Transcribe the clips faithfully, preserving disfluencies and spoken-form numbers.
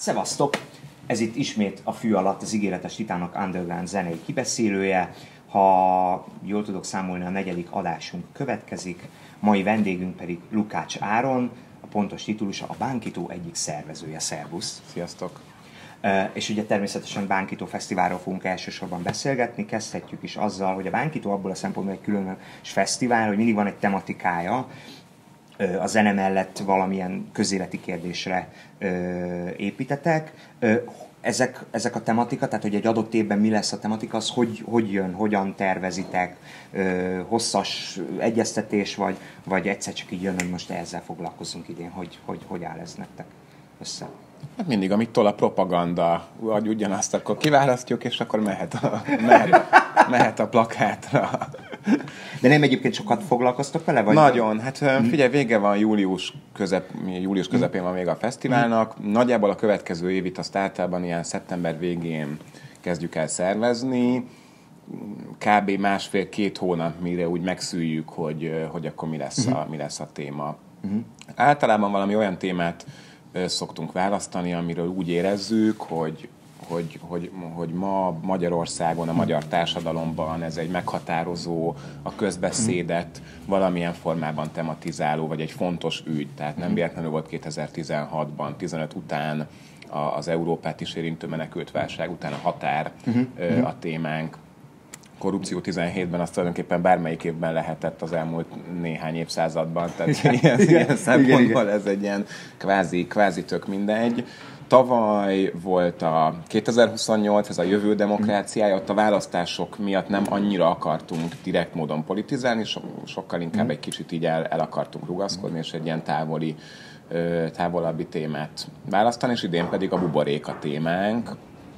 Szevasztok! Ez itt ismét a Fű alatt az ígéretes Titánok Underground zenei kibeszélője. Ha jól tudok számolni, a negyedik adásunk következik. Mai vendégünk pedig Lukács Áron, a pontos titulusa a Bánkító egyik szervezője. Szervusz! Sziasztok! Uh, és ugye természetesen Bánkító Fesztiválról fogunk elsősorban beszélgetni. Kezdhetjük is azzal, hogy a Bánkító abból a szempontból egy különös fesztivál, hogy mindig van egy tematikája, a zene mellett valamilyen közéleti kérdésre ö, építetek. Ö, ezek, ezek a tematika, tehát hogy egy adott évben mi lesz a tematika, az hogy, hogy jön, hogyan tervezitek, ö, hosszas egyeztetés, vagy, vagy egyszer csak így jön, hogy most ezzel foglalkozunk idén, hogy, hogy, hogy áll ez nektek össze? Hát mindig, amitől a propaganda, vagy ugyanazt, akkor kiválasztjuk, és akkor mehet a, mehet, mehet a plakátra. De nem egyébként sokat foglalkoztok vele? Vagy Nagyon. Hát figyelj, vége van július, közep, július közepén van még a fesztiválnak. Nagyjából a következő évit azt általában ilyen szeptember végén kezdjük el szervezni. Kb. másfél-két hónap, mire úgy megszűjjük, hogy, hogy akkor mi lesz, a, mi lesz a téma. Uh-huh. Általában valami olyan témát szoktunk választani, amiről úgy érezzük, hogy, hogy, hogy, hogy ma Magyarországon, a magyar társadalomban ez egy meghatározó, a közbeszédet valamilyen formában tematizáló, vagy egy fontos ügy. Tehát nem véletlenül volt kétezer-tizenhatban, tizenöt után az Európát is érintő menekültválság után a határ uh-huh. a témánk. Korrupció tizenhétben az tulajdonképpen bármelyik évben lehetett az elmúlt néhány évszázadban, tehát igen, ilyen, igen, ilyen szempontból ez egy ilyen kvázi, kvázi tök mindegy. Tavaly volt a kétezer-huszonnyolc, ez a jövő demokráciája, ott a választások miatt nem annyira akartunk direkt módon politizálni, so, sokkal inkább egy kicsit így el, el akartunk rugaszkodni, és egy ilyen távoli, távolabbi témát választani, és idén pedig a buborék a témánk,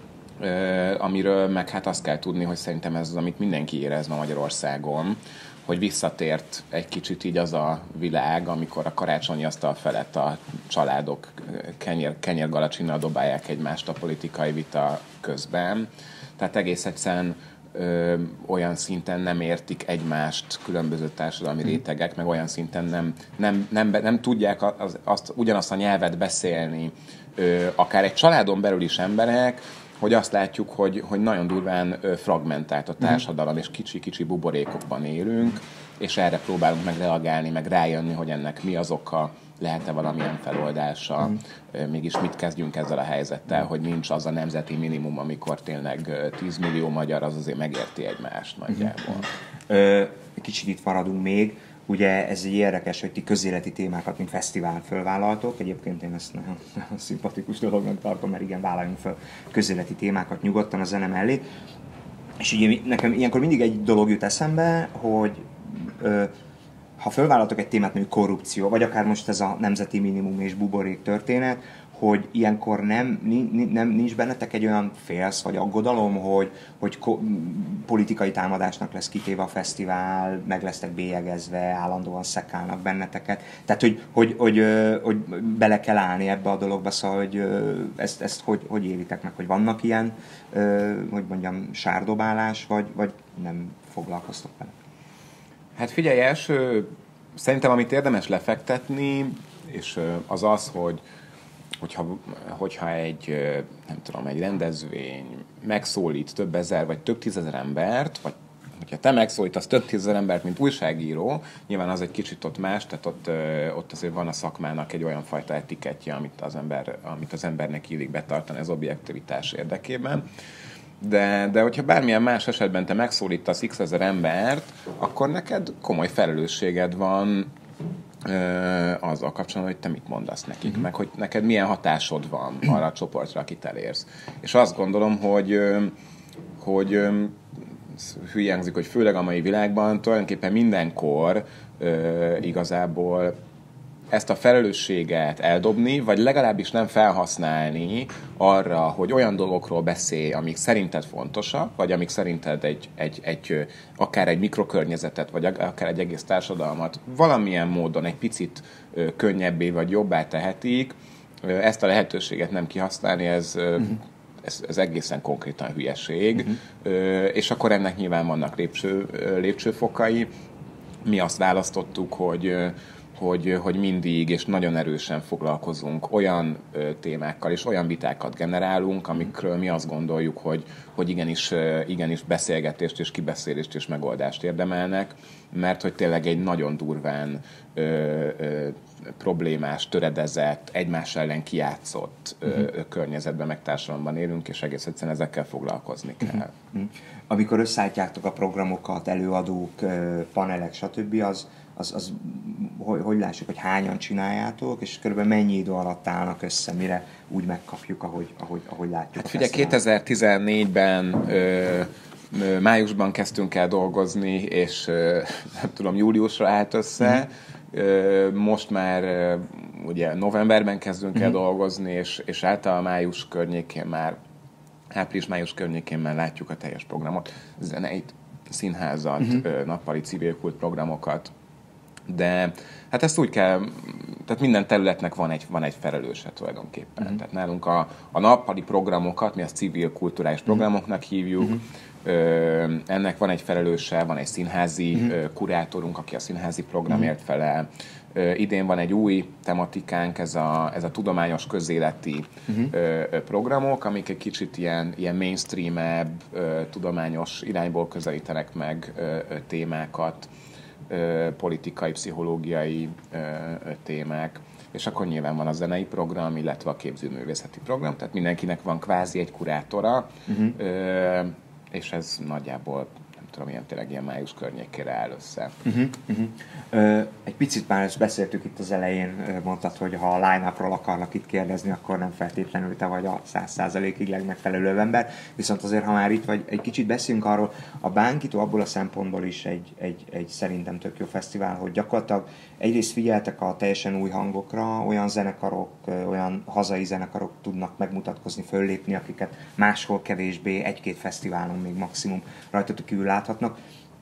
Uh, amiről meg hát azt kell tudni, hogy szerintem ez az, amit mindenki érez ma Magyarországon, hogy visszatért egy kicsit így az a világ, amikor a karácsonyi asztal felett a családok kenyér, kenyérgalacsinnal dobálják egymást a politikai vita közben. Tehát egész egyszerűen ö, olyan szinten nem értik egymást különböző társadalmi mm. rétegek, meg olyan szinten nem, nem, nem, nem, nem tudják az, azt, ugyanazt a nyelvet beszélni, ö, akár egy családon belül is emberek, hogy azt látjuk, hogy, hogy nagyon durván fragmentált a társadalom, és kicsi-kicsi buborékokban élünk, és erre próbálunk meg reagálni, meg rájönni, hogy ennek mi az oka, lehet-e valamilyen feloldása, mm. mégis mit kezdjünk ezzel a helyzettel, hogy nincs az a nemzeti minimum, amikor tényleg tíz millió magyar az azért megérti egymást nagyjából. Ö, kicsit itt maradunk még. Ugye ez egy érdekes, hogy ti közéleti témákat, mint fesztivál fölvállaltok. Egyébként én ezt nagyon, nagyon szimpatikus dolognak tartom, mert igen, vállaljunk föl közéleti témákat nyugodtan a zene mellé. És ugye nekem ilyenkor mindig egy dolog jut eszembe, hogy ö, ha fölvállaltok egy témát, mondjuk korrupció, vagy akár most ez a nemzeti minimum és buborék történet, hogy ilyenkor nem, nem, nincs bennetek egy olyan félsz vagy aggodalom, hogy, hogy ko- politikai támadásnak lesz kitéve a fesztivál, meg lesztek bélyegezve, állandóan szekálnak benneteket. Tehát, hogy, hogy, hogy, hogy bele kell állni ebbe a dologba, szóval, hogy ezt, ezt hogy, hogy élitek meg, hogy vannak ilyen, hogy mondjam, sárdobálás, vagy, vagy nem foglalkoztok vele? Hát figyelj, első, szerintem amit érdemes lefektetni, és az az, hogy Hogyha, hogyha egy, nem tudom, egy rendezvény megszólít több ezer, vagy több tízezer embert, vagy hogyha te megszólítasz több tízezer embert, mint újságíró, nyilván az egy kicsit ott más, tehát ott, ott azért van a szakmának egy olyan fajta etikettje, amit az, ember, amit az embernek illik betartani az objektivitás érdekében. De, de hogyha bármilyen más esetben te megszólítasz x ezer embert, akkor neked komoly felelősséged van azzal kapcsolatban, hogy te mit mondasz nekik, uh-huh. meg hogy neked milyen hatásod van arra a csoportra, akit elérsz. És azt gondolom, hogy, hogy hülye hangzik, hogy főleg a mai világban tulajdonképpen mindenkor igazából ezt a felelősséget eldobni, vagy legalábbis nem felhasználni arra, hogy olyan dolgokról beszélj, amik szerinted fontosak, vagy amik szerinted egy, egy, egy, akár egy mikrokörnyezetet, vagy akár egy egész társadalmat valamilyen módon egy picit könnyebbé vagy jobbá tehetik. Ezt a lehetőséget nem kihasználni, ez, uh-huh. ez, ez egészen konkrétan hülyeség. Uh-huh. És akkor ennek nyilván vannak lépcső, lépcsőfokai. Mi azt választottuk, hogy hogy, hogy mindig és nagyon erősen foglalkozunk olyan ö, témákkal és olyan vitákat generálunk, amikről mi azt gondoljuk, hogy, hogy igenis, ö, igenis beszélgetést és kibeszélést és megoldást érdemelnek, mert hogy tényleg egy nagyon durván ö, ö, problémás, töredezett, egymás ellen kijátszott ö, ö, környezetben, meg társadalomban élünk, és egész egyszerűen ezekkel foglalkozni kell. Uh-huh. Amikor összeállítjátok a programokat, előadók, panelek, stb., az Az, az, hogy, hogy lássuk, hogy hányan csináljátok, és körülbelül mennyi idő alatt állnak össze, mire úgy megkapjuk, ahogy, ahogy, ahogy látjuk. Hát figyelj, kétezer-tizennégyben ö, ö, májusban kezdtünk el dolgozni, és ö, nem tudom, júliusra állt össze. Mm. Ö, most már ö, ugye novemberben kezdünk mm. el dolgozni, és, és általában május környékén már, április-május környékén már látjuk a teljes programot, zeneit, színházat, mm-hmm. ö, nappali civilkult programokat. De hát ezt úgy kell, tehát minden területnek van egy, van egy felelőse tulajdonképpen. Uh-huh. Tehát nálunk a, a nappali programokat, mi azt civil kulturális programoknak hívjuk, uh-huh. ö, ennek van egy felelőse, van egy színházi uh-huh. ö, kurátorunk, aki a színházi programért uh-huh. felel. Ö, idén van egy új tematikánk, ez a, ez a tudományos közéleti uh-huh. ö, ö, programok, amik egy kicsit ilyen, ilyen mainstream-ebb, ö, tudományos irányból közelítenek meg ö, ö, témákat, politikai, pszichológiai ö, ö, témák, és akkor nyilván van a zenei program, illetve a képzőművészeti program, tehát mindenkinek van kvázi egy kurátora, uh-huh. ö, és ez nagyjából, nem tudom, ilyen tényleg ilyen május környékére áll össze. Uh-huh. Uh-huh. Ö, egy picit már ezt beszéltük itt az elején, mondtad, hogy ha a line-upról akarnak itt kérdezni, akkor nem feltétlenül te vagy a száz százalékig legmegfelelőbb ember, viszont azért, ha már itt vagy, egy kicsit beszélünk arról, a Bánkító abból a szempontból is egy, egy, egy szerintem tök jó fesztivál, hogy gyakorlatilag egyrészt figyeltek a teljesen új hangokra, olyan zenekarok, olyan hazai zenekarok tudnak megmutatkozni, föllépni, akiket máshol kevésbé, egy-két fesztiválon még maximum rajtatok kívül láthatnak.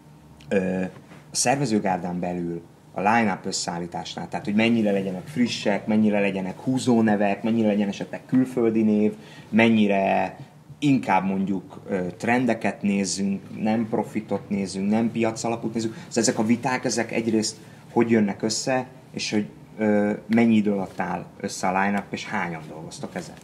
Ö, a szervezőgárdán belül a line-up összeállításnál, tehát hogy mennyire legyenek frissek, mennyire legyenek húzónevek, mennyire legyen esetleg külföldi név, mennyire inkább mondjuk trendeket nézzünk, nem profitot nézzünk, nem piac alapút nézzünk. Szóval ezek a viták, ezek egyrészt hogy jönnek össze, és hogy ö, mennyi idő alatt áll össze a line-up, és hányan dolgoztok ezen?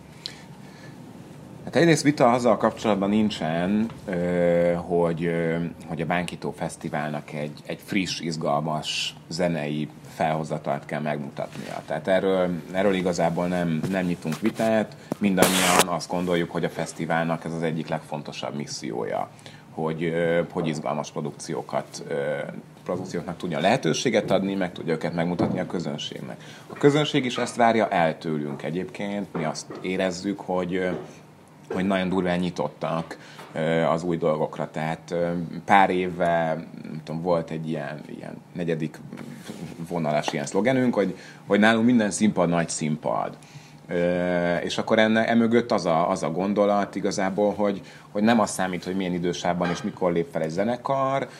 Hát egyrészt vita azzal kapcsolatban nincsen, hogy, hogy a Bánkító Fesztiválnak egy, egy friss, izgalmas zenei felhozatalt kell megmutatnia. Tehát erről, erről igazából nem, nem nyitunk vitát, mindannyian azt gondoljuk, hogy a fesztiválnak ez az egyik legfontosabb missziója, hogy, hogy izgalmas produkciókat produkcióknak tudja lehetőséget adni, meg tudja őket megmutatni a közönségnek. A közönség is ezt várja el tőlünk egyébként, mi azt érezzük, hogy hogy nagyon durván nyitottak az új dolgokra. Tehát pár évvel, nem tudom, volt egy ilyen, ilyen negyedik vonalas ilyen szlogenünk, hogy, hogy nálunk minden színpad nagy színpad. És akkor enne, emögött az a, az a gondolat igazából, hogy, hogy nem az számít, hogy milyen idősában és mikor lép fel egy zenekar,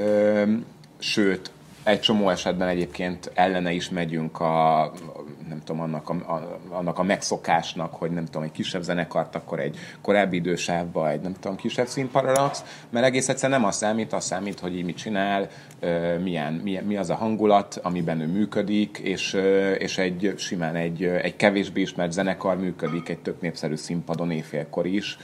sőt, egy csomó esetben egyébként ellene is megyünk a, nem tudom, annak a, a, annak a megszokásnak, hogy nem tudom, egy kisebb zenekart, akkor egy korábbi idősávba egy nem tudom, kisebb színpadra raksz, mert egész egyszerűen nem az számít, az számít, hogy így mit csinál, milyen, milyen, mi az a hangulat, amiben ő működik, és, és egy simán egy, egy kevésbé ismert zenekar működik egy tök népszerű színpadon éjfélkor is.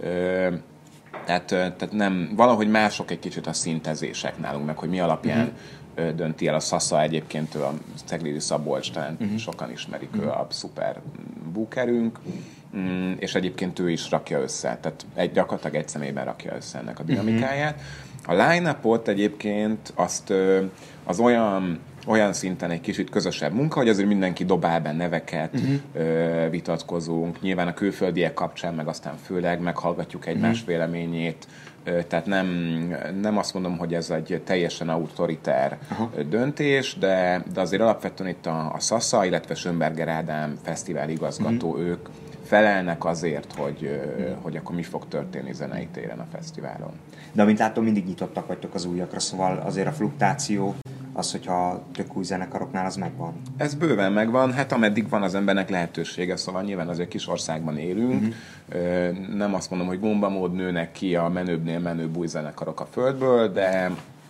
Tehát, tehát nem, valahogy mások egy kicsit a szintezések nálunk, meg hogy mi alapján uh-huh. dönti el a Szasza egyébként, ő a Ceglédi Szabolcs, talán uh-huh. sokan ismerik, uh-huh. ő a szuper bookerünk, mm, és egyébként ő is rakja össze, tehát egy, gyakorlatilag egy személyben rakja össze ennek a dinamikáját. Uh-huh. A line-upot egyébként azt az olyan olyan szinten egy kicsit közösebb munka, hogy azért mindenki dobál be neveket, uh-huh. ö, vitatkozunk, nyilván a külföldiek kapcsán, meg aztán főleg meghallgatjuk egymás uh-huh. véleményét, ö, tehát nem, nem azt mondom, hogy ez egy teljesen autoritár uh-huh. döntés, de, de azért alapvetően itt a, a Szasza, illetve Schönberger Ádám fesztivál igazgató, uh-huh. ők felelnek azért, hogy, uh-huh. hogy akkor mi fog történni zenei téren a fesztiválon. De amint látom, mindig nyitottak vagytok az újakra, szóval azért a fluktuáció, az, hogyha tök új zenekaroknál, az megvan. Ez bőven megvan, hát ameddig van az embernek lehetősége, szóval nyilván azért kis országban élünk. Uh-huh. Nem azt mondom, hogy gombamód nőnek ki a menőbbnél menőbb új zenekarok a földből, de,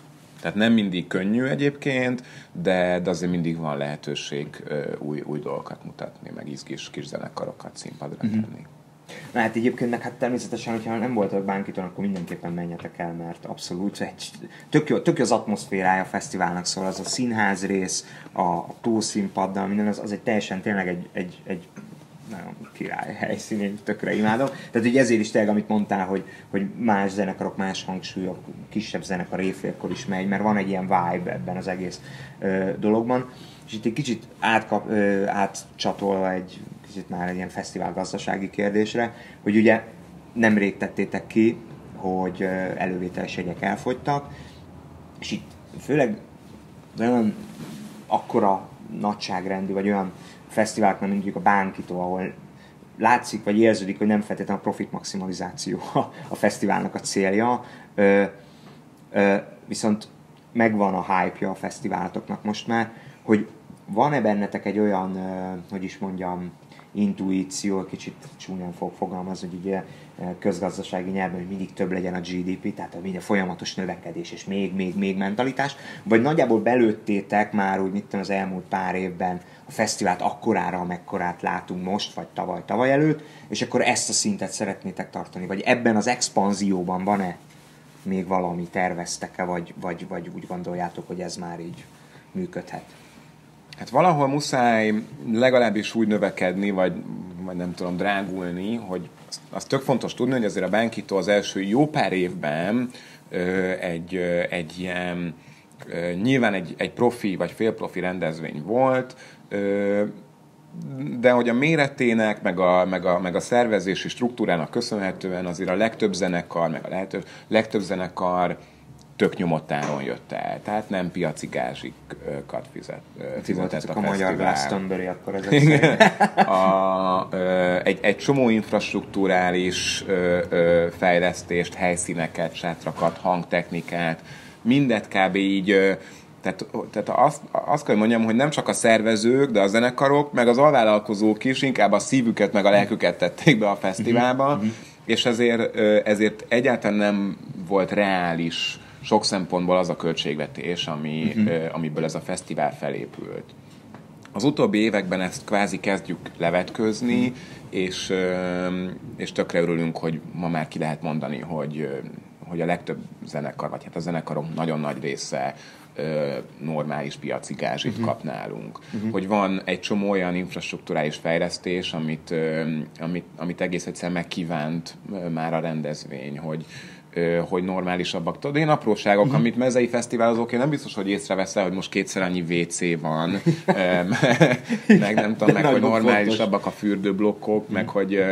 Tehát nem mindig könnyű egyébként, de, de azért mindig van lehetőség új, új dolgokat mutatni, meg izgis kis zenekarokat színpadra tenni. Mm-hmm. Na hát egyébként meg hát természetesen, hogyha nem voltak Bánkiton, akkor mindenképpen menjetek el, mert abszolút egy, tök, jó, tök jó az atmoszférája a fesztiválnak, szóval az a színház rész, a, a tószínpaddal, minden, az, az egy teljesen tényleg egy, egy, egy nagyon király helyszín, én tökre imádom. Tehát ugye ezért is tényleg, amit mondtál, hogy, hogy más zenekarok, más hangsúlyok, kisebb zenekar éjfélkor is megy, mert van egy ilyen vibe ebben az egész ö, dologban. És itt egy kicsit átkap, ö, átcsatolva egy kicsit már egy ilyen fesztivál gazdasági kérdésre, hogy ugye nemrég tettétek ki, hogy elővételes jegyek elfogytak, és itt főleg olyan akkora nagyságrendű, vagy olyan fesztiválok, mint mondjuk a Bánkitó, ahol látszik, vagy érződik, hogy nem feltétlenül a profit maximalizáció a fesztiválnak a célja, ö, ö, viszont megvan a hype-ja a fesztiváloknak most már, hogy van-e bennetek egy olyan, ö, hogy is mondjam, intuíció, kicsit csúnyán fog fogalmazni, hogy ugye közgazdasági nyelven, hogy mindig több legyen a gé dé pé, tehát a folyamatos növekedés és még, még, még mentalitás, vagy nagyjából belőttétek már úgy mit tudom, az elmúlt pár évben a fesztivált akkorára, amekkorát látunk most, vagy tavaly, tavaly előtt, és akkor ezt a szintet szeretnétek tartani, vagy ebben az expanzióban van-e még valami, terveztek-e, vagy, vagy, vagy úgy gondoljátok, hogy ez már így működhet? Hát valahol muszáj legalábbis úgy növekedni, vagy, vagy nem tudom, drágulni, hogy az tök fontos tudni, hogy azért a Bánkitó az első jó pár évben ö, egy, ö, egy ilyen, ö, nyilván egy, egy profi vagy félprofi rendezvény volt, ö, de hogy a méretének, meg a, meg, a, meg a szervezési struktúrának köszönhetően azért a legtöbb zenekar, meg a lehető, legtöbb zenekar tök nyomott áron jött el. Tehát nem piaci gázsikat fizet, fizetett a, a magyar Glastonbury akkor ezek a, ö, egy, egy csomó infrastrukturális ö, ö, fejlesztést, helyszíneket, sátrakat, hangtechnikát, mindet kb. Így ö, Tehát, tehát azt, azt kell mondjam, hogy nem csak a szervezők, de a zenekarok, meg az alvállalkozók is inkább a szívüket, meg a lelküket tették be a fesztiválba, uh-huh. és ezért, ezért egyáltalán nem volt reális sok szempontból az a költségvetés, ami, uh-huh. amiből ez a fesztivál felépült. Az utóbbi években ezt kvázi kezdjük levetközni, uh-huh. és, és tökre örülünk, hogy ma már ki lehet mondani, hogy, hogy a legtöbb zenekar, vagy hát a zenekarok nagyon nagy része normális piaci gázsit uh-huh. kap nálunk. Uh-huh. Hogy van egy csomó olyan infrastrukturális fejlesztés, amit, amit, amit egész egyszerűen megkívánt már a rendezvény, hogy hogy normálisabbak. Tudod, én apróságok, uh-huh. amit mezei fesztiválozóként nem biztos, hogy észreveszel, hogy most kétszer annyi vé cé van, meg nem tudom, meg hogy normálisabbak a fürdőblokkok, uh-huh. meg hogy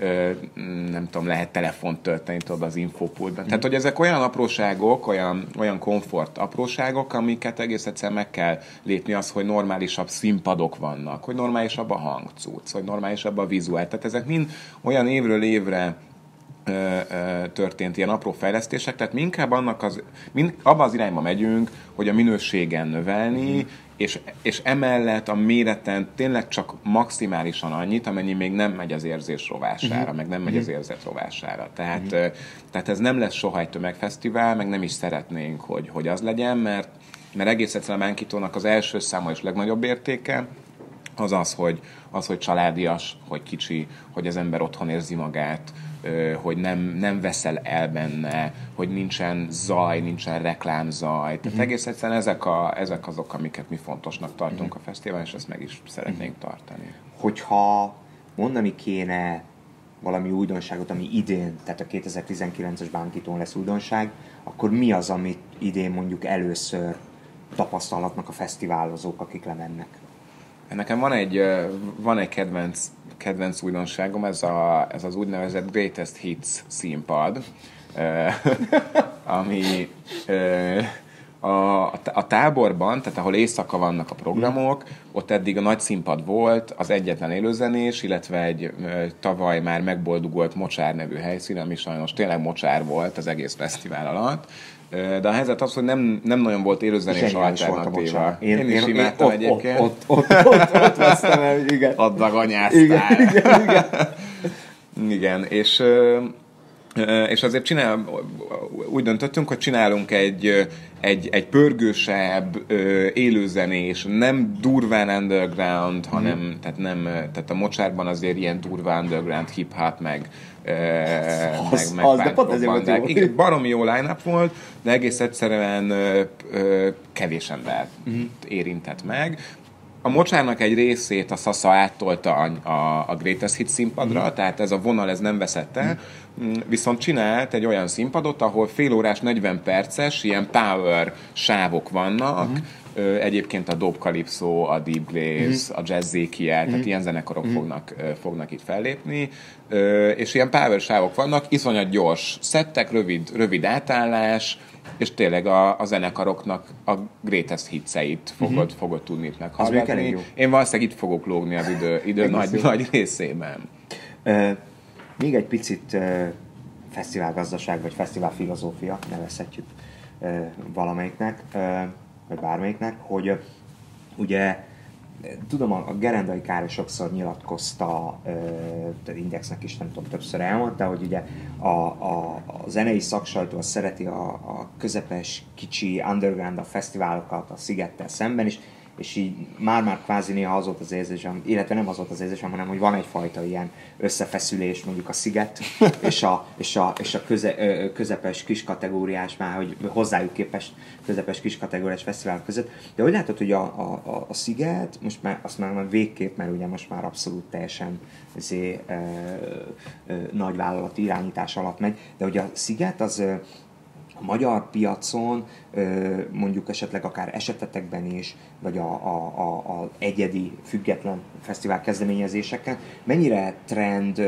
nem tudom, lehet telefont tölteni tudod az infopultban. Uh-huh. Tehát, hogy ezek olyan apróságok, olyan, olyan komfort apróságok, amiket egész egyszer meg kell lépni az, hogy normálisabb színpadok vannak, hogy normálisabb a hangcucc, hogy normálisabb a vizuál. Tehát ezek mind olyan évről évre történt ilyen apró fejlesztések, tehát mi inkább annak az, mind, abban az irányba megyünk, hogy a minőségen növelni, mm. és, és emellett a méreten tényleg csak maximálisan annyit, amennyi még nem megy az érzés rovására, mm. meg nem megy mm. az érzet rovására. Tehát, mm. tehát ez nem lesz soha egy tömegfesztivál, meg nem is szeretnénk, hogy, hogy az legyen, mert, mert egész egyszerűen a Bánkitónak az első száma és legnagyobb értéke az az, hogy, az, hogy családias, hogy kicsi, hogy az ember otthon érzi magát, hogy nem, nem veszel el benne, hogy nincsen zaj, nincsen reklámzaj. Tehát uh-huh. egész egyszerűen ezek, a, ezek azok, amiket mi fontosnak tartunk uh-huh. a fesztiválon, és ezt meg is szeretnénk uh-huh. tartani. Hogyha mondani kéne valami újdonságot, ami idén, tehát a kétezer-tizenkilences Bánkitón lesz újdonság, akkor mi az, amit idén mondjuk először tapasztalhatnak a fesztiválozók, akik lemennek? Nekem van egy, van egy kedvenc, kedvenc újdonságom, ez, a, ez az úgynevezett Greatest Hits színpad, ami a, a táborban, tehát ahol éjszaka vannak a programok, ott eddig a nagy színpad volt, az egyetlen élőzenés, illetve egy tavaly már megboldugolt Mocsár nevű helyszín, ami sajnos tényleg mocsár volt az egész fesztivál alatt. De a helyzet az, hogy nem, nem nagyon volt élőzenés alternatíva. Én, én is én, imádtam én, egyébként. Ott, ott, ott, ott, ott vesztem el, igen. Ott daganyáztál. Igen, igen, igen. igen, és És azért csinál, úgy döntöttünk, hogy csinálunk egy, egy, egy pörgősebb, élőzenés, nem durván underground, mm. hanem tehát, nem, tehát a Mocsárban azért ilyen durván underground hip-hop, meg az, meg, meg az, de pont ezért volt jó. Baromi jó line-up volt, de egész egyszerűen kevés ember mm. érintett meg. A Mocsárnak egy részét a Szasza áttolta a, a, a Greatest Hits színpadra, mm. tehát ez a vonal ez nem veszett el, mm. viszont csinált egy olyan színpadot, ahol félórás, negyven perces ilyen power sávok vannak, mm. egyébként a Dope Calypso, a Deep Glaze, mm. a Jazzékiel, mm. tehát ilyen zenekarok mm. fognak, fognak itt fellépni, és ilyen power sávok vannak, iszonyat gyors szettek, rövid, rövid átállás, és tényleg a, a zenekaroknak a greatest hitseit fogod, uh-huh. fogod tudni itt meghallgatni. Én valószínűleg itt fogok lógni az idő, idő nagy, nagy részében. Uh, még egy picit uh, fesztiválgazdaság, vagy fesztiválfilozófia, nevezhetjük uh, valamelyiknek, uh, vagy bármelyiknek, hogy uh, ugye tudom, a Gerendai Károly sokszor nyilatkozta, uh, Indexnek is nem tudom, többször elmondta, hogy ugye a, a, a zenei szaksajtó az szereti a, a közepes, kicsi underground a fesztiválokat a Szigettel szemben is, és így már-már kvázi néha az volt az érzésem, illetve nem az volt az érzésem, hanem hogy van egyfajta ilyen összefeszülés mondjuk a Sziget és a, és a, és a köze, közepes kiskategóriás, már hogy hozzájuk képest közepes kiskategóriás fesztiválok között. De hogy látod, hogy a, a, a Sziget, most már azt már végképp, mert ugye most már abszolút teljesen ezé, e, e, nagyvállalati irányítás alatt megy, de hogy a Sziget az a magyar piacon, mondjuk esetleg akár esetetekben is, vagy a, a, a, a egyedi, független fesztivál kezdeményezéseken, mennyire trend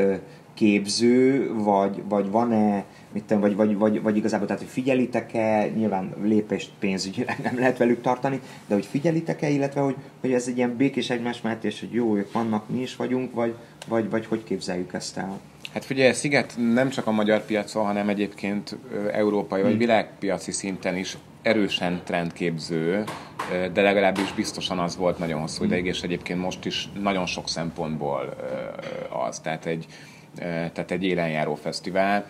képző, vagy, vagy van-e, mit tudom, vagy, vagy, vagy, vagy igazából, tehát, hogy figyelitek-e, nyilván lépést pénzügyileg nem lehet velük tartani, de hogy figyelitek-e, illetve, hogy, hogy ez egy ilyen békés egymás mellett, és hogy jó, ők vannak, mi is vagyunk, vagy, vagy, vagy hogy képzeljük ezt el? Hát figyelj, Sziget nem csak a magyar piacon, hanem egyébként európai vagy világpiaci szinten is erősen trendképző, de legalábbis biztosan az volt nagyon hosszú ideig, és egyébként most is nagyon sok szempontból az. Tehát egy, tehát egy élenjáró fesztivál.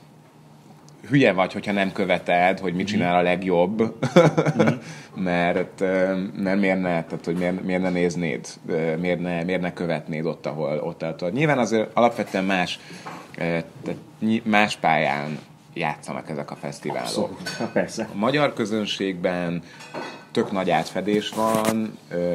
Hülye vagy, hogyha nem követed, hogy mit csinál a legjobb, mert, mert miért ne, tehát, hogy miért, miért ne néznéd, miért ne, miért ne követnéd ott, ahol ott eltad. Nyilván azért alapvetően más, más pályán játszanak ezek a fesztiválok. Abszolút. Persze. A magyar közönségben tök nagy átfedés van,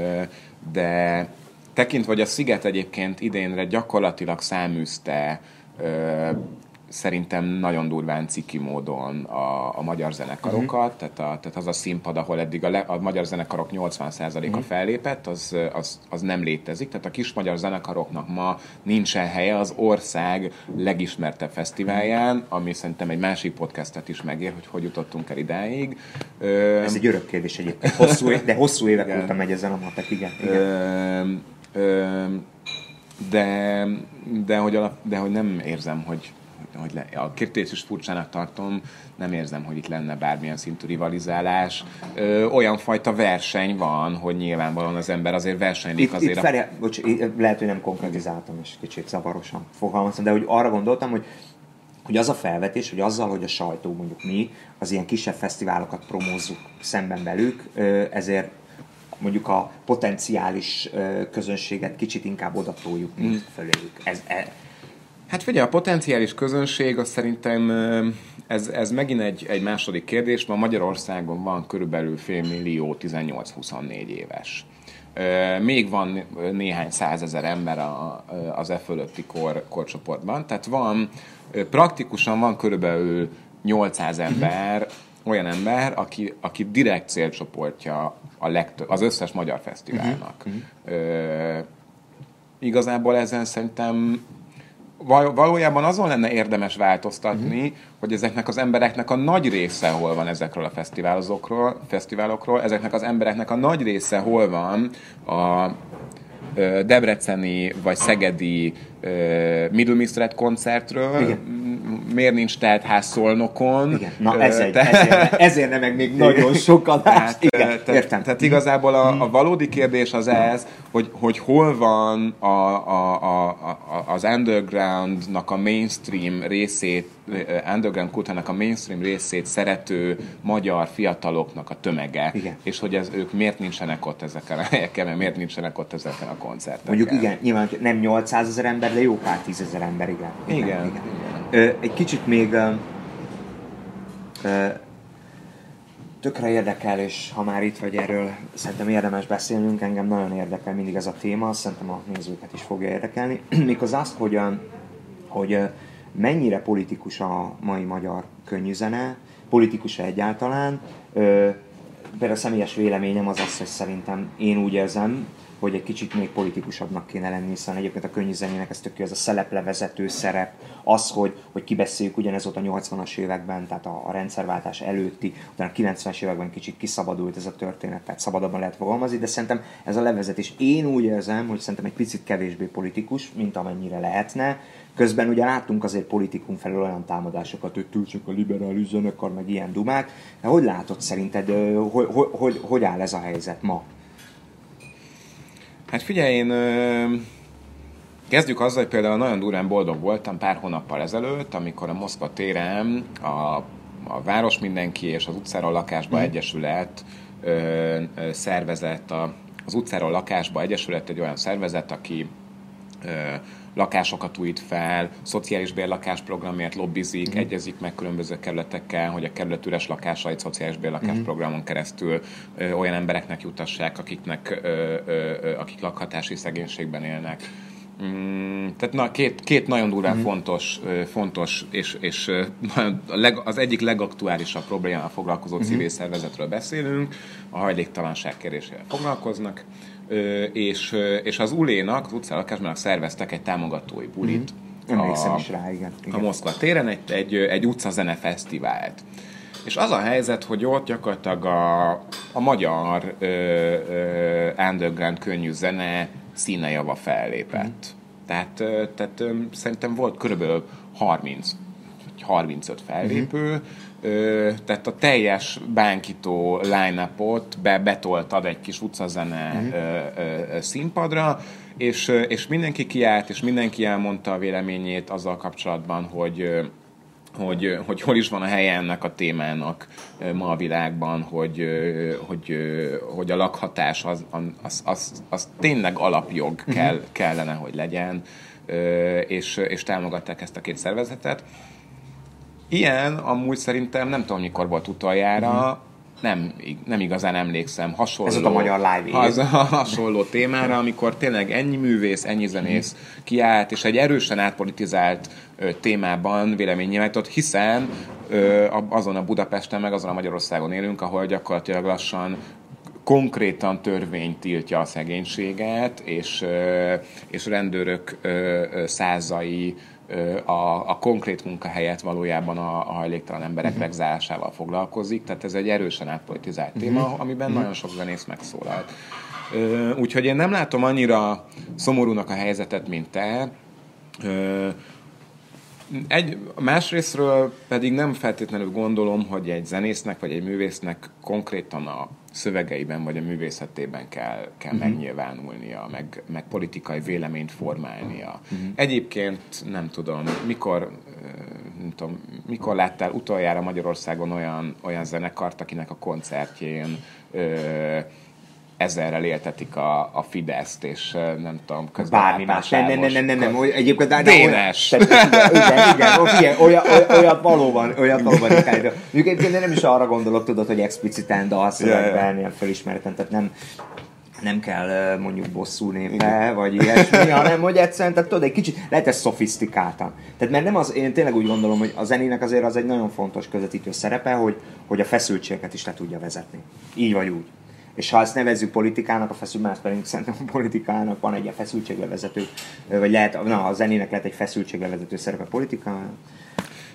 de tekintve, hogy a Sziget egyébként idénre gyakorlatilag száműzte szerintem nagyon durván ciki módon a, a magyar zenekarokat, uh-huh. tehát, a, tehát az a színpad, ahol eddig a, le, a magyar zenekarok nyolcvan százaléka uh-huh. fellépett, az, az, az nem létezik. Tehát a kis magyar zenekaroknak ma nincsen helye az ország legismertebb fesztiválján, ami szerintem egy másik podcastet is megér, hogy hogy jutottunk el idáig. Ez egy örök kérdés egyébként, hosszú, de hosszú évek óta megy ezen a matek, igen. igen. Ö, ö, de, de, hogy alap, de hogy nem érzem, hogy hogy le, a kérdést is furcsának tartom, nem érzem, hogy itt lenne bármilyen szintű rivalizálás. Ö, olyan fajta verseny van, hogy nyilvánvalóan az ember azért versenylik itt, azért. Itt Feri, a... bocs, lehet, hogy nem konkretizáltam, és kicsit zavarosan fogalmaztam, de hogy arra gondoltam, hogy hogy az a felvetés, hogy azzal, hogy a sajtó, mondjuk mi, az ilyen kisebb fesztiválokat promózzuk szemben velük, ezért mondjuk a potenciális közönséget kicsit inkább oda toljuk, mint föléjük. Ez, ez, Hát figyelj, a potenciális közönség, az szerintem ez, ez megint egy, egy második kérdés. Ma Magyarországon van körülbelül félmillió tizennyolc-huszonnégy éves. Még van néhány százezer ember a, az e fölötti kor, korcsoportban. Tehát van, praktikusan van körülbelül nyolcszáz ember, olyan ember, aki, aki direkt célcsoportja a legtöbb, az összes magyar fesztiválnak. Uh-huh. Uh, igazából ezen szerintem valójában azon lenne érdemes változtatni, uh-huh. hogy ezeknek az embereknek a nagy része hol van ezekről a fesztiválokról, fesztiválokról, ezeknek az embereknek a nagy része hol van a debreceni vagy szegedi Middle Mistret koncertről, igen. miért nincs teltház Szolnokon. Igen. Na ez egy, ezért, ezért nem meg még nagyon sokat. Tehát, igen, tehát, értem. Tehát igazából a, a valódi kérdés az ez, hogy, hogy hol van a, a, a, a, az undergroundnak a mainstream részét, underground kultúrának a mainstream részét szerető magyar fiataloknak a tömege, igen. és hogy ez, ők miért nincsenek ott ezeken a helyeken, mert miért nincsenek ott ezeken a koncerteken. Mondjuk igen, nyilván nem nyolcszázezer ember, de jó pár tízezer ember, igen. Igen. igen. igen. Ö, egy kicsit még ö, ö, tökre érdekel, és ha már itt vagy, erről szerintem érdemes beszélnünk, engem nagyon érdekel mindig ez a téma, szerintem a nézőket is fogja érdekelni. Méghozzá azt, hogy, hogy mennyire politikus a mai magyar könnyűzene, politikus egyáltalán. Például a személyes véleményem az az, hogy szerintem én úgy érzem, hogy egy kicsit még politikusabbnak kéne lenni, hiszen egyébként a könnyűzenének ez tök jó, ez a szeleplevezető szerep, az, hogy, hogy kibeszéljük, ugyanez volt a nyolcvanas években, tehát a, a rendszerváltás előtti, utána a kilencvenes években kicsit kiszabadult ez a történet, tehát szabadabban lehet fogalmazni, de szerintem ez a levezetés, én úgy érzem, hogy szerintem egy picit kevésbé politikus, mint amennyire lehetne. Közben ugye láttunk azért politikum felől olyan támadásokat, hogy túl csak a liberális zenekar, meg ilyen dumák. De hogy látod szerinted, hogy, hogy, hogy, hogy áll ez a helyzet ma? Hát figyelj, én ö, kezdjük azzal, hogy például nagyon durván boldog voltam pár hónappal ezelőtt, amikor a Moszkva téren a, a Város Mindenki és az Utcáról Lakásba mm. Egyesület ö, ö, szervezett, a, az Utcáról Lakásba Egyesület egy olyan szervezet, aki ö, lakásokat újít fel, szociális bérlakás programért lobbizik, mm. egyezik meg különböző kerületekkel, hogy a kerület üres lakásait szociális bérlakás mm. programon keresztül ö, olyan embereknek jutassák, akiknek, ö, ö, ö, akik lakhatási szegénységben élnek. Mm, tehát na, két, két nagyon durván mm. fontos, ö, fontos és, és ö, a leg, az egyik legaktuálisabb problémával foglalkozó mm. civil szervezetről beszélünk, a hajléktalanság kérdésével foglalkoznak. Ö, és, és az u el é-nak, az Utcáról Lakásban szerveztek egy támogatói bulit. Mm-hmm. Emlékszem is rá, igen. igen. A Moszkva téren egy, egy, egy utcazene fesztivált. És az a helyzet, hogy ott gyakorlatilag a, a magyar ö, ö, underground könnyű zene színejava fellépett. Mm. Tehát, ö, tehát ö, szerintem volt körülbelül harminc harmincöt fellépő, mm-hmm. Ö, tehát a teljes bánkító line-upot be, betoltad egy kis utcazene mm-hmm. ö, ö, színpadra, és, és mindenki kiállt, és mindenki elmondta a véleményét azzal kapcsolatban, hogy, hogy, hogy hol is van a helye ennek a témának ma a világban, hogy, hogy, hogy a lakhatás az, az, az, az tényleg alapjog kell, mm-hmm. kellene, hogy legyen, és, és támogatták ezt a két szervezetet. Ilyen amúgy szerintem nem tudom, mikor volt utoljára, mm-hmm. nem, nem igazán emlékszem hasonló, ez ott a magyar live az, hasonló témára, amikor tényleg ennyi művész, ennyi zenész mm-hmm. kiállt, és egy erősen átpolitizált ö, témában véleménynyilvánított, hiszen ö, azon a Budapesten, meg azon a Magyarországon élünk, ahol gyakorlatilag lassan konkrétan törvény tiltja a szegénységet, és, ö, és rendőrök ö, ö, százai A, a konkrét munkahelyet valójában a, a hajléktalan emberek uh-huh. vegzálásával foglalkozik, tehát ez egy erősen átpolitizált uh-huh. téma, amiben uh-huh. nagyon sok zenész megszólalt. Úgyhogy én nem látom annyira szomorúnak a helyzetet, mint te. Egy, másrésztről pedig nem feltétlenül gondolom, hogy egy zenésznek vagy egy művésznek konkrétan a szövegeiben vagy a művészetében kell, kell uh-huh. megnyilvánulnia, meg, meg politikai véleményt formálnia. Uh-huh. Egyébként nem tudom, mikor, nem tudom, mikor láttál utoljára Magyarországon olyan, olyan zenekart, akinek a koncertjén ö, ezerrel éltetik a, a Fideszt, és nem tudom, közben bármi más. Nem, nem, nem, nem, nem. Egyébként... Dénes! Igen, igen, igen. Ilyen, olyat, olyat valóban, olyat valóban ikálja. Egyébként nem is arra gondolok, tudod, hogy explicitán dalszövegben, ilyen fölismereten, tehát nem, nem kell mondjuk bosszú névre, vagy ilyesmi, hanem hogy egyszerűen, tehát tudod, egy kicsit lehet ez szofisztikáltan. Tehát mert nem az, én tényleg úgy gondolom, hogy a zenének azért az egy nagyon fontos közvetítő szerepe, hogy, hogy a feszültségeket is le tudja vezetni. Így vagy úgy. És ha ezt nevezzük politikának, a feszültségnek pedig szerintem a politikának van egy ilyen feszültséglevezető, vagy lehet, na, a zenének lehet egy feszültséglevezető szerepe politikában.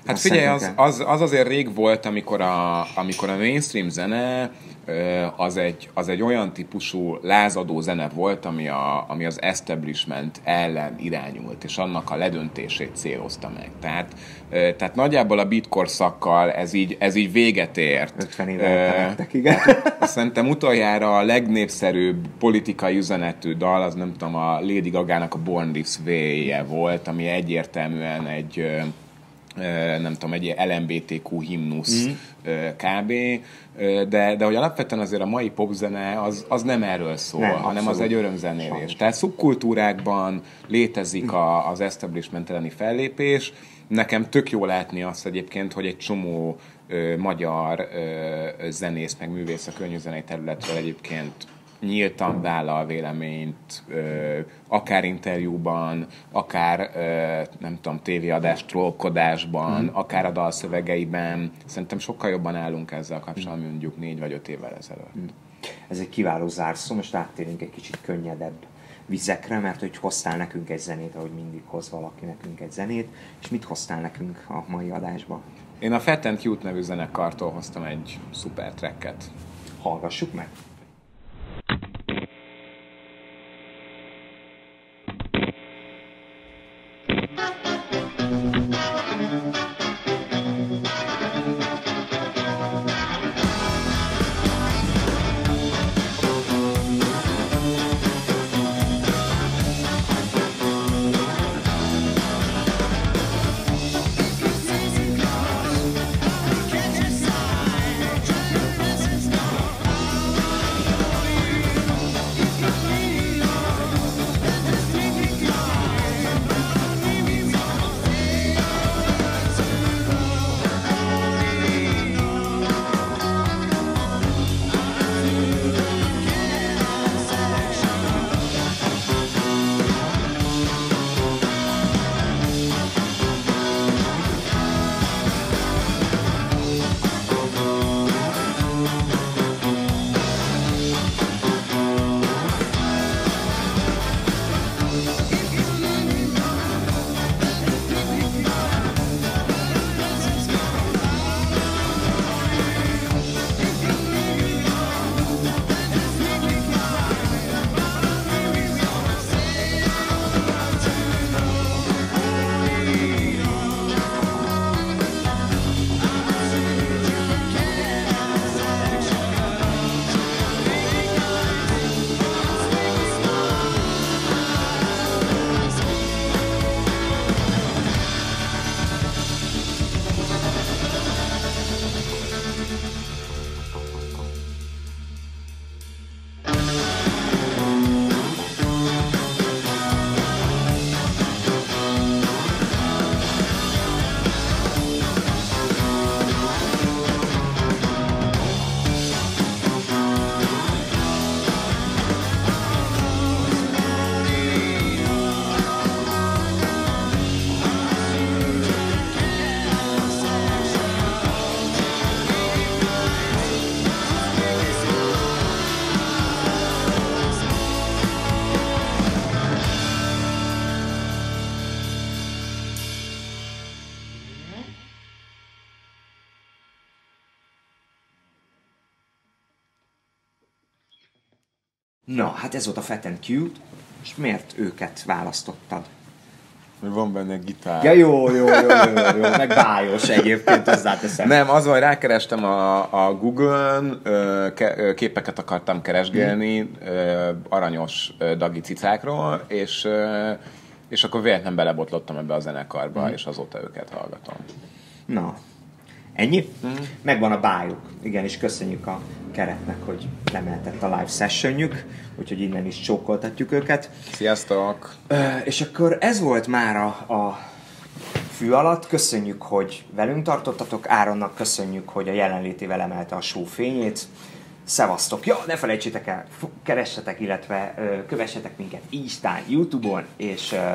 Hát figyelj, az, az, az azért rég volt, amikor a, amikor a mainstream zene az egy, az egy olyan típusú lázadó zene volt, ami, a, ami az establishment ellen irányult, és annak a ledöntését célozta meg. Tehát, tehát nagyjából a beat korszakkal ez így, ez így véget ért. ötven éve eltemettek, igen. Szerintem utoljára a legnépszerűbb politikai üzenetű dal, az nem tudom, a Lady Gagának a Born This Way-je volt, ami egyértelműen egy nem tudom, egy el em bé té kú himnusz mm. kb. De, de hogy alapvetően azért a mai popzene az, az nem erről szól, nem, hanem abszolút. Az egy örömzenélés. Tehát szubkultúrákban létezik a, az establishment elleni fellépés. Nekem tök jó látni azt egyébként, hogy egy csomó ö, magyar ö, zenész, meg művész a könnyűzenei területről egyébként nyíltan vállal véleményt, akár interjúban, akár nem tudom, tévéadás, trollkodásban, mm. akár a dalszövegeiben. Szerintem sokkal jobban állunk ezzel kapcsolatban, mondjuk négy vagy öt évvel ezelőtt. Mm. Ez egy kiváló zárszó, most áttérünk egy kicsit könnyedebb vizekre, mert hogy hoztál nekünk egy zenét, ahogy mindig hoz valaki nekünk egy zenét, és mit hoztál nekünk a mai adásba? Én a Fat and Cute nevű zenekartól hoztam egy szuper tracket. Hallgassuk meg! Na, hát ez volt a Fat and Cute, és miért őket választottad? Mert van benne gitár. Ja, jó, jó, jó, jó, jó, meg bájos egyébként, hozzáteszem. Nem, az, hogy rákerestem a, a Google-ön, képeket akartam keresgélni mm. aranyos dagi cicákról, és, és akkor véletlenül belebotlottam ebbe a zenekarba, mm. és azóta őket hallgatom. Na, ennyi? Mm. Megvan a bájuk. Igen, és köszönjük a keretnek, hogy lemeltett a live sessionjük, úgyhogy innen is csókoltatjuk őket. Sziasztok! Ö, és akkor ez volt már a, a fű alatt. Köszönjük, hogy velünk tartottatok. Áronnak köszönjük, hogy a jelenlétével emelte a show fényét. Szevasztok! Ja, ne felejtsétek el, keressetek, illetve ö, kövessetek minket Instán, YouTube-on, és ö,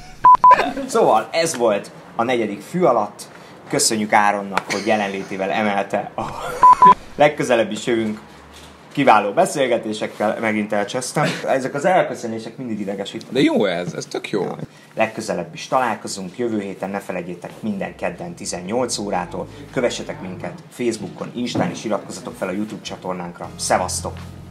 szóval ez volt a negyedik fű alatt. Köszönjük Áronnak, hogy jelenlétével emelte a legközelebb is jövünk. kiváló beszélgetésekkel megint elcsesztem. Ezek az elköszönések mindig idegesítenek. De jó ez, ez tök jó. Legközelebb is találkozunk, jövő héten ne felejtjétek minden kedden tizennyolc órától. Kövessetek minket Facebookon, Instán és iratkozzatok fel a YouTube csatornánkra. Szevasztok!